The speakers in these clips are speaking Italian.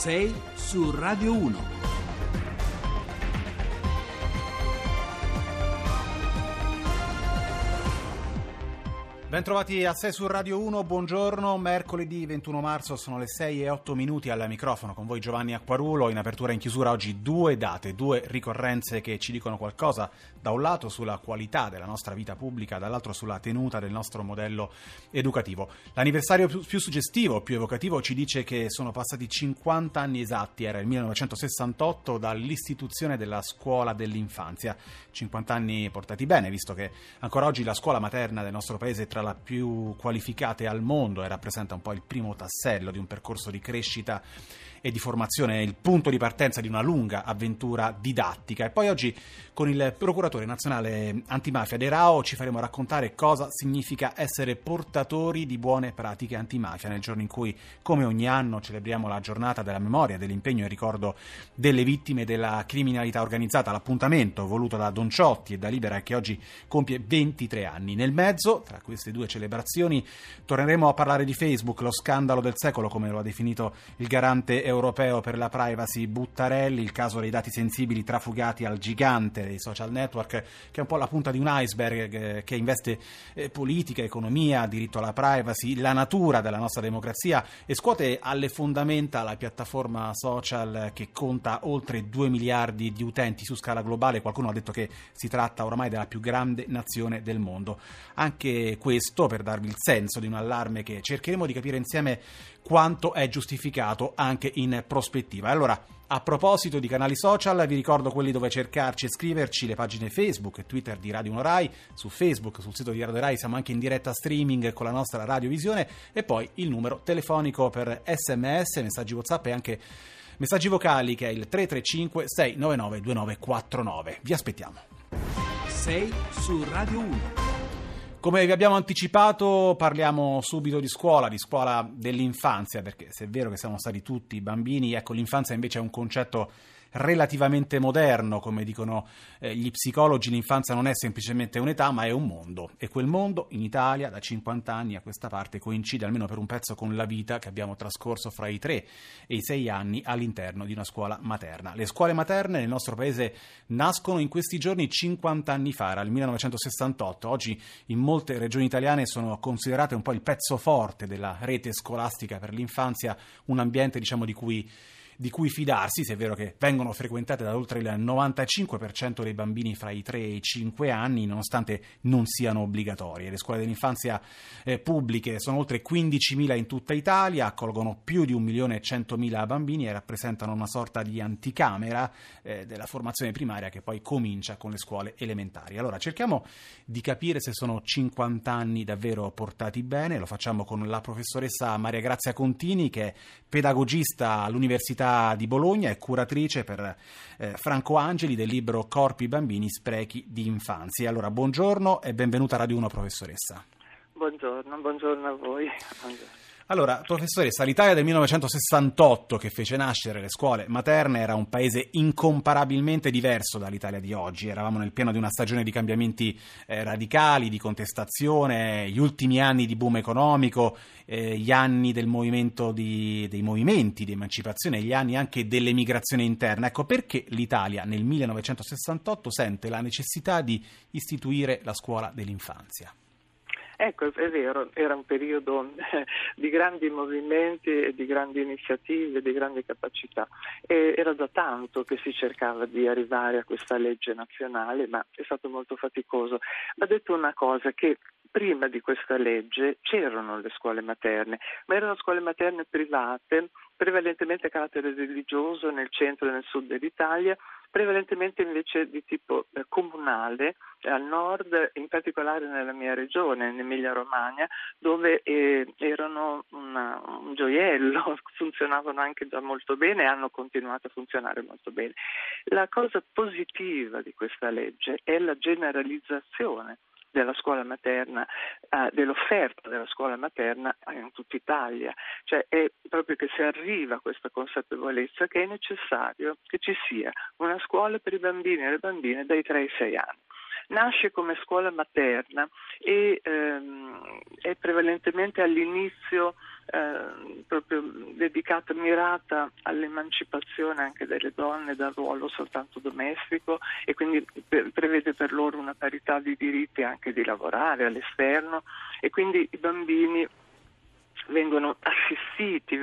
6 su Radio 1. Bentrovati a 6 su Radio 1, buongiorno, mercoledì 21 marzo, sono le 6:08 al microfono con voi Giovanni Acquarulo. In apertura e in chiusura oggi due date, due ricorrenze che ci dicono qualcosa, da un lato sulla qualità della nostra vita pubblica, dall'altro sulla tenuta del nostro modello educativo. L'anniversario più suggestivo, più evocativo ci dice che sono passati 50 anni esatti, era il 1968, dall'istituzione della scuola dell'infanzia. 50 anni portati bene, visto che ancora oggi la scuola materna del nostro paese è tra le più qualificate al mondo e rappresenta un po' il primo tassello di un percorso di crescita e di formazione, il punto di partenza di una lunga avventura didattica. E poi oggi con il procuratore nazionale antimafia De Rao ci faremo raccontare cosa significa essere portatori di buone pratiche antimafia nel giorno in cui, come ogni anno, celebriamo la giornata della memoria, dell'impegno e ricordo delle vittime della criminalità organizzata, l'appuntamento voluto da Don Ciotti e da Libera che oggi compie 23 anni. Nel mezzo, tra queste due celebrazioni, torneremo a parlare di Facebook, lo scandalo del secolo, come lo ha definito il garante europeo per la privacy Buttarelli, il caso dei dati sensibili trafugati al gigante dei social network, che è un po' la punta di un iceberg che investe politica, economia, diritto alla privacy, la natura della nostra democrazia e scuote alle fondamenta la piattaforma social che conta oltre 2 miliardi di utenti su scala globale. Qualcuno ha detto che si tratta oramai della più grande nazione del mondo. Anche questo per darvi il senso di un allarme che cercheremo di capire insieme quanto è giustificato anche in prospettiva. Allora, a proposito di canali social, vi ricordo quelli dove cercarci e scriverci: le pagine Facebook e Twitter di Radio 1 Rai, su Facebook, sul sito di Radio Rai siamo anche in diretta streaming con la nostra radiovisione, e poi il numero telefonico per SMS, messaggi WhatsApp e anche messaggi vocali, che è il 335 699 2949. Vi aspettiamo. 6 su Radio 1. Come vi abbiamo anticipato, parliamo subito di scuola dell'infanzia, perché se è vero che siamo stati tutti bambini, ecco, l'infanzia invece è un concetto relativamente moderno. Come dicono gli psicologi, l'infanzia non è semplicemente un'età, ma è un mondo, e quel mondo in Italia da 50 anni a questa parte coincide almeno per un pezzo con la vita che abbiamo trascorso fra i 3 e i 6 anni all'interno di una scuola materna. Le scuole materne nel nostro paese nascono in questi giorni 50 anni fa, era il 1968. Oggi in molte regioni italiane sono considerate un po' il pezzo forte della rete scolastica per l'infanzia, un ambiente, diciamo, di cui fidarsi, se è vero che vengono frequentate da oltre il 95% dei bambini fra i 3 e i 5 anni, nonostante non siano obbligatorie. Le scuole dell'infanzia pubbliche sono oltre 15.000 in tutta Italia, accolgono più di 1.100.000 bambini e rappresentano una sorta di anticamera della formazione primaria che poi comincia con le scuole elementari. Allora, cerchiamo di capire se sono 50 anni davvero portati bene. Lo facciamo con la professoressa Maria Grazia Contini, che è pedagogista all'Università di Bologna e curatrice per Franco Angeli del libro Corpi, bambini, sprechi di infanzia. Allora, buongiorno e benvenuta a Radio 1, professoressa. Buongiorno a voi. Buongiorno. Allora, professoressa, l'Italia del 1968, che fece nascere le scuole materne, era un paese incomparabilmente diverso dall'Italia di oggi. Eravamo nel pieno di una stagione di cambiamenti radicali, di contestazione, gli ultimi anni di boom economico, gli anni del dei movimenti di emancipazione, gli anni anche dell'emigrazione interna. Ecco, perché l'Italia nel 1968 sente la necessità di istituire la scuola dell'infanzia? Ecco, è vero, era un periodo di grandi movimenti e di grandi iniziative, di grandi capacità. E era da tanto che si cercava di arrivare a questa legge nazionale, ma è stato molto faticoso. Va detto una cosa, che prima di questa legge c'erano le scuole materne, ma erano scuole materne private, prevalentemente a carattere religioso nel centro e nel sud dell'Italia, prevalentemente invece di tipo comunale al nord, in particolare nella mia regione, in Emilia-Romagna, dove erano un gioiello, funzionavano anche già molto bene e hanno continuato a funzionare molto bene. La cosa positiva di questa legge è la generalizzazione della scuola materna, dell'offerta della scuola materna in tutta Italia. Cioè è proprio che si arriva a questa consapevolezza che è necessario che ci sia una scuola per i bambini e le bambine dai 3 ai 6 anni. nasce come scuola materna e è prevalentemente all'inizio proprio dedicata, mirata all'emancipazione anche delle donne dal ruolo soltanto domestico, e quindi prevede per loro una parità di diritti anche di lavorare all'esterno, e quindi i bambini vengono assistiti,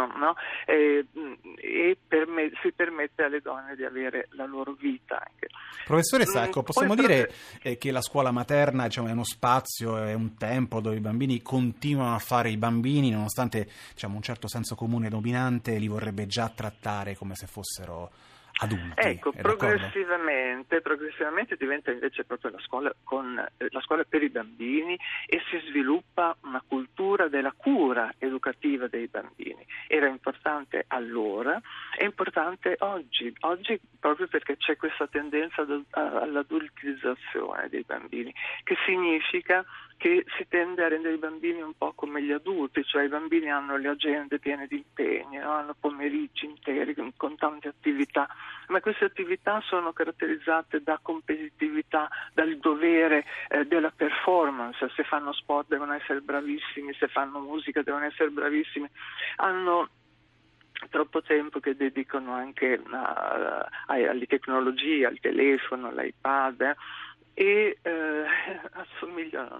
si permette alle donne di avere la loro vita anche. Professoressa, ecco, possiamo dire che la scuola materna, diciamo, è uno spazio, è un tempo dove i bambini continuano a fare i bambini, nonostante, diciamo, un certo senso comune dominante li vorrebbe già trattare come se fossero adulti. Ecco, progressivamente diventa invece proprio la scuola per i bambini, e si sviluppa una cultura della cura educativa dei bambini. Era importante allora, è importante oggi proprio perché c'è questa tendenza all'adultizzazione dei bambini, che significa che si tende a rendere i bambini un po' come gli adulti, cioè i bambini hanno le agende piene di impegni, hanno pomeriggi interi con tante attività, ma queste attività sono caratterizzate da competitività, dal dovere della performance. Se fanno sport devono essere bravissimi, se fanno musica devono essere bravissimi, hanno troppo tempo che dedicano anche alle tecnologie, al telefono, all'iPad, e assomigliano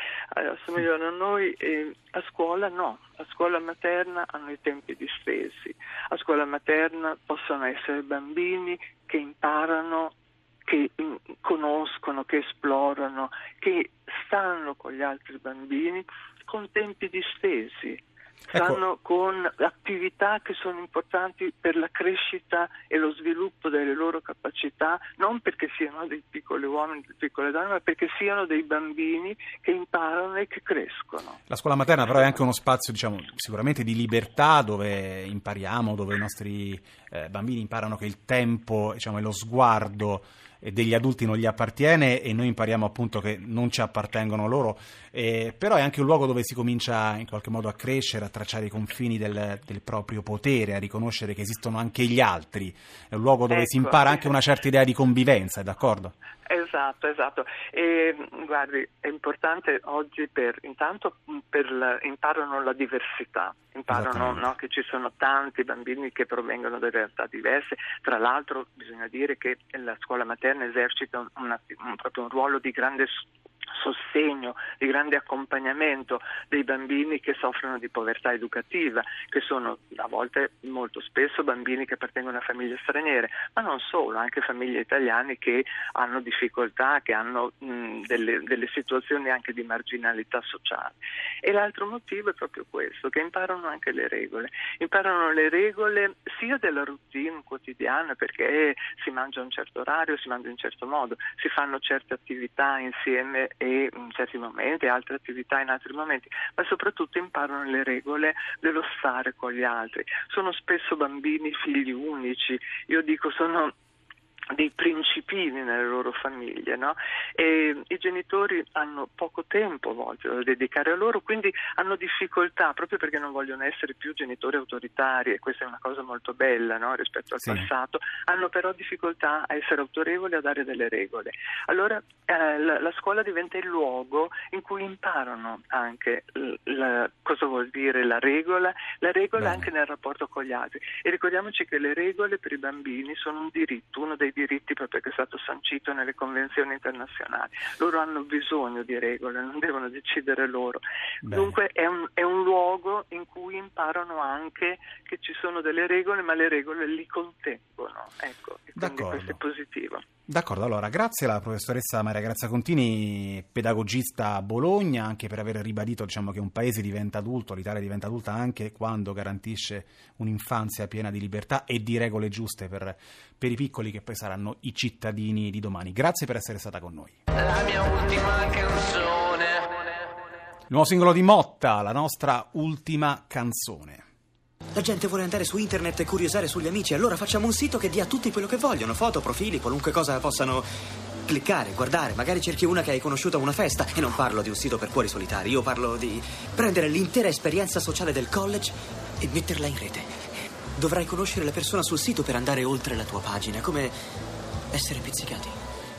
a noi, e a scuola no, a scuola materna hanno i tempi distesi, a scuola materna possono essere bambini che imparano, che conoscono, che esplorano, che stanno con gli altri bambini con tempi distesi. Stanno con attività che sono importanti per la crescita e lo sviluppo delle loro capacità, non perché siano dei piccoli uomini, delle piccole donne, ma perché siano dei bambini che imparano e che crescono. La scuola materna però è anche uno spazio, diciamo, sicuramente di libertà, dove impariamo, dove i nostri bambini imparano che il tempo, diciamo, e lo sguardo degli adulti non gli appartiene, e noi impariamo appunto che non ci appartengono loro, però è anche un luogo dove si comincia in qualche modo a crescere, a tracciare i confini del proprio potere, a riconoscere che esistono anche gli altri, è un luogo dove si impara anche una certa idea di convivenza, è d'accordo? Esatto. E guardi, è importante oggi imparano la diversità, imparano che ci sono tanti bambini che provengono da realtà diverse. Tra l'altro bisogna dire che la scuola materna esercita proprio un ruolo di grande sostegno, di grande accompagnamento dei bambini che soffrono di povertà educativa, che sono a volte, molto spesso, bambini che appartengono a famiglie straniere, ma non solo, anche famiglie italiane che hanno difficoltà, che hanno delle situazioni anche di marginalità sociale. E l'altro motivo è proprio questo, che imparano anche le regole sia della routine quotidiana, perché si mangia a un certo orario, si mangia in un certo modo, si fanno certe attività insieme e in certi momenti, altre attività in altri momenti, ma soprattutto imparano le regole dello stare con gli altri. Sono spesso bambini figli unici, io dico sono dei principini nelle loro famiglie, no? E i genitori hanno poco tempo a volte da dedicare a loro, quindi hanno difficoltà, proprio perché non vogliono essere più genitori autoritari, e questa è una cosa molto bella, no? Rispetto al passato, hanno però difficoltà a essere autorevoli, a dare delle regole. Allora la scuola diventa il luogo in cui imparano anche cosa vuol dire la regola anche nel rapporto con gli altri. E ricordiamoci che le regole per i bambini sono un diritto, uno dei diritti proprio che è stato sancito nelle convenzioni internazionali. Loro hanno bisogno di regole, non devono decidere loro. Dunque è un luogo in cui imparano anche che ci sono delle regole, ma le regole li contengono. Ecco, e quindi questo è positivo. D'accordo, allora grazie alla professoressa Maria Grazia Contini, pedagogista a Bologna, anche per aver ribadito, diciamo, che un paese diventa adulto, l'Italia diventa adulta anche quando garantisce un'infanzia piena di libertà e di regole giuste per i piccoli, che poi saranno i cittadini di domani. Grazie per essere stata con noi. La mia ultima canzone. Il nuovo singolo di Motta, la nostra ultima canzone. La gente vuole andare su internet e curiosare sugli amici, allora facciamo un sito che dia a tutti quello che vogliono, foto, profili, qualunque cosa possano cliccare, guardare. Magari cerchi una che hai conosciuto a una festa, e non parlo di un sito per cuori solitari, io parlo di prendere l'intera esperienza sociale del college e metterla in rete. Dovrai conoscere la persona sul sito per andare oltre la tua pagina, come essere pizzicati.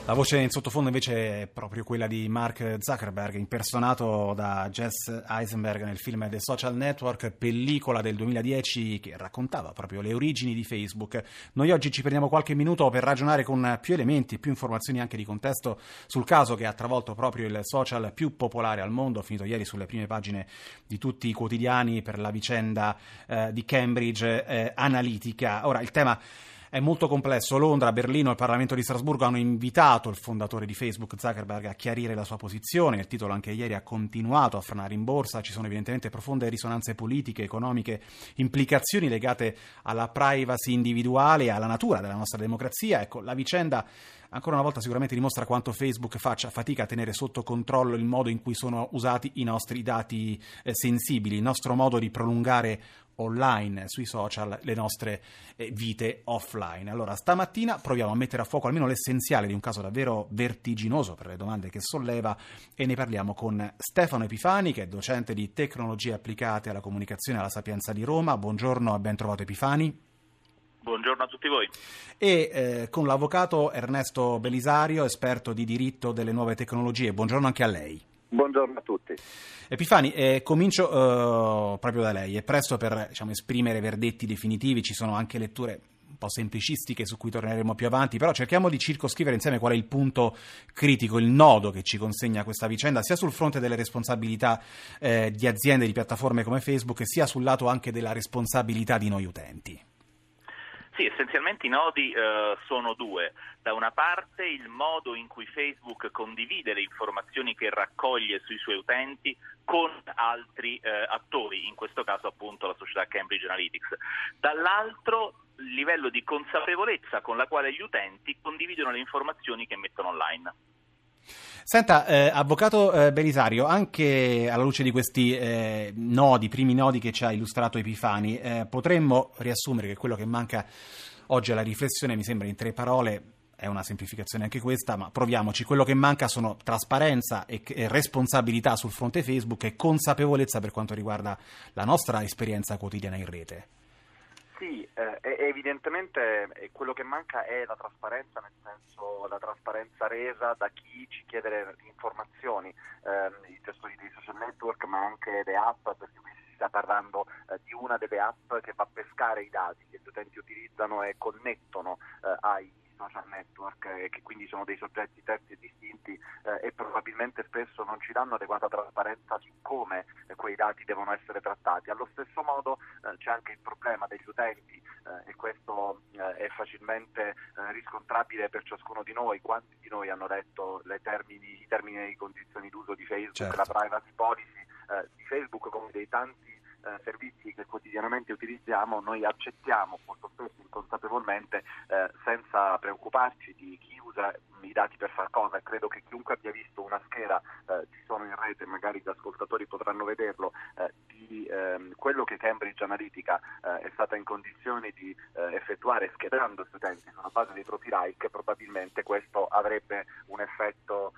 La voce in sottofondo invece è proprio quella di Mark Zuckerberg, impersonato da Jesse Eisenberg nel film The Social Network, pellicola del 2010 che raccontava proprio le origini di Facebook. Noi oggi ci prendiamo qualche minuto per ragionare con più elementi, più informazioni anche di contesto sul caso che ha travolto proprio il social più popolare al mondo, finito ieri sulle prime pagine di tutti i quotidiani per la vicenda di Cambridge Analytica. Ora, il tema è molto complesso. Londra, Berlino e il Parlamento di Strasburgo hanno invitato il fondatore di Facebook, Zuckerberg, a chiarire la sua posizione. Il titolo anche ieri ha continuato a franare in borsa. Ci sono evidentemente profonde risonanze politiche, economiche, implicazioni legate alla privacy individuale e alla natura della nostra democrazia. Ecco, la vicenda ancora una volta sicuramente dimostra quanto Facebook faccia fatica a tenere sotto controllo il modo in cui sono usati i nostri dati sensibili, il nostro modo di prolungare online sui social le nostre vite offline. Allora, stamattina proviamo a mettere a fuoco almeno l'essenziale di un caso davvero vertiginoso per le domande che solleva e ne parliamo con Stefano Epifani, che è docente di tecnologie applicate alla comunicazione alla Sapienza di Roma. Buongiorno e ben trovato Epifani. Buongiorno a tutti voi. E con l'avvocato Ernesto Belisario, esperto di diritto delle nuove tecnologie. Buongiorno anche a lei. Buongiorno a tutti. Epifani, comincio proprio da lei. È presto per esprimere verdetti definitivi, ci sono anche letture un po' semplicistiche su cui torneremo più avanti, però cerchiamo di circoscrivere insieme qual è il punto critico, il nodo che ci consegna questa vicenda, sia sul fronte delle responsabilità di aziende, di piattaforme come Facebook, sia sul lato anche della responsabilità di noi utenti. Sì, essenzialmente i nodi sono due. Da una parte il modo in cui Facebook condivide le informazioni che raccoglie sui suoi utenti con altri attori, in questo caso appunto la società Cambridge Analytica. Dall'altro il livello di consapevolezza con la quale gli utenti condividono le informazioni che mettono online. Senta, avvocato Belisario, anche alla luce di questi primi nodi che ci ha illustrato Epifani, potremmo riassumere che quello che manca oggi alla riflessione, mi sembra in 3 parole, è una semplificazione anche questa, ma proviamoci, quello che manca sono trasparenza e responsabilità sul fronte Facebook e consapevolezza per quanto riguarda la nostra esperienza quotidiana in rete. Sì, evidentemente quello che manca è la trasparenza, nel senso la trasparenza resa da chi ci chiede le informazioni, i gestori dei social network, ma anche le app, perché qui si sta parlando di una delle app che va a pescare i dati che gli utenti utilizzano e connettono ai social network, che quindi sono dei soggetti terzi e distinti e probabilmente spesso non ci danno adeguata trasparenza su come quei dati devono essere trattati. Allo stesso modo c'è anche il problema degli utenti e questo è facilmente riscontrabile per ciascuno di noi. Quanti di noi hanno letto i termini e le condizioni d'uso di Facebook, certo, la privacy policy di Facebook, come dei tanti servizi che quotidianamente utilizziamo, noi accettiamo molto spesso inconsapevolmente senza preoccuparci di chi usa i dati per far cosa, e credo che chiunque abbia visto una scheda, ci sono in rete, magari gli ascoltatori potranno vederlo, di quello che Cambridge Analytica è stata in condizioni di effettuare schedando gli utenti sulla base dei propri like, probabilmente questo avrebbe un effetto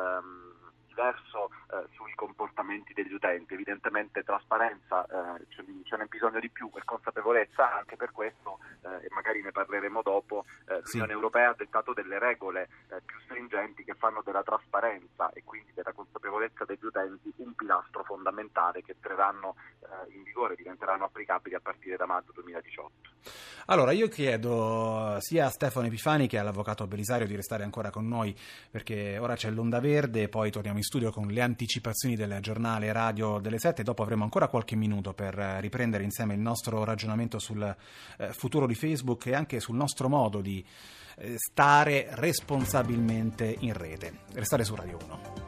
diverso sui comportamenti degli utenti. Evidentemente trasparenza, ce n'è bisogno di più, per consapevolezza. Anche per questo, e magari ne parleremo dopo, l'Unione Europea ha dettato delle regole più stringenti che fanno della trasparenza e quindi della consapevolezza degli utenti un pilastro fondamentale che entreranno in vigore, diventeranno applicabili a partire da maggio 2018. Allora, io chiedo sia a Stefano Epifani che all'avvocato Belisario di restare ancora con noi, perché ora c'è l'Onda Verde, poi torniamo in studio con le anticipazioni del giornale radio delle 7, dopo avremo ancora qualche minuto per riprendere insieme il nostro ragionamento sul futuro di Facebook e anche sul nostro modo di stare responsabilmente in rete. Restate su Radio 1.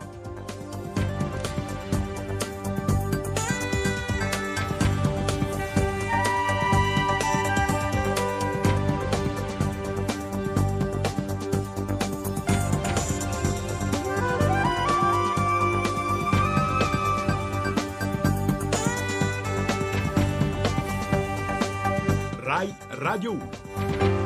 Rai Radio 1.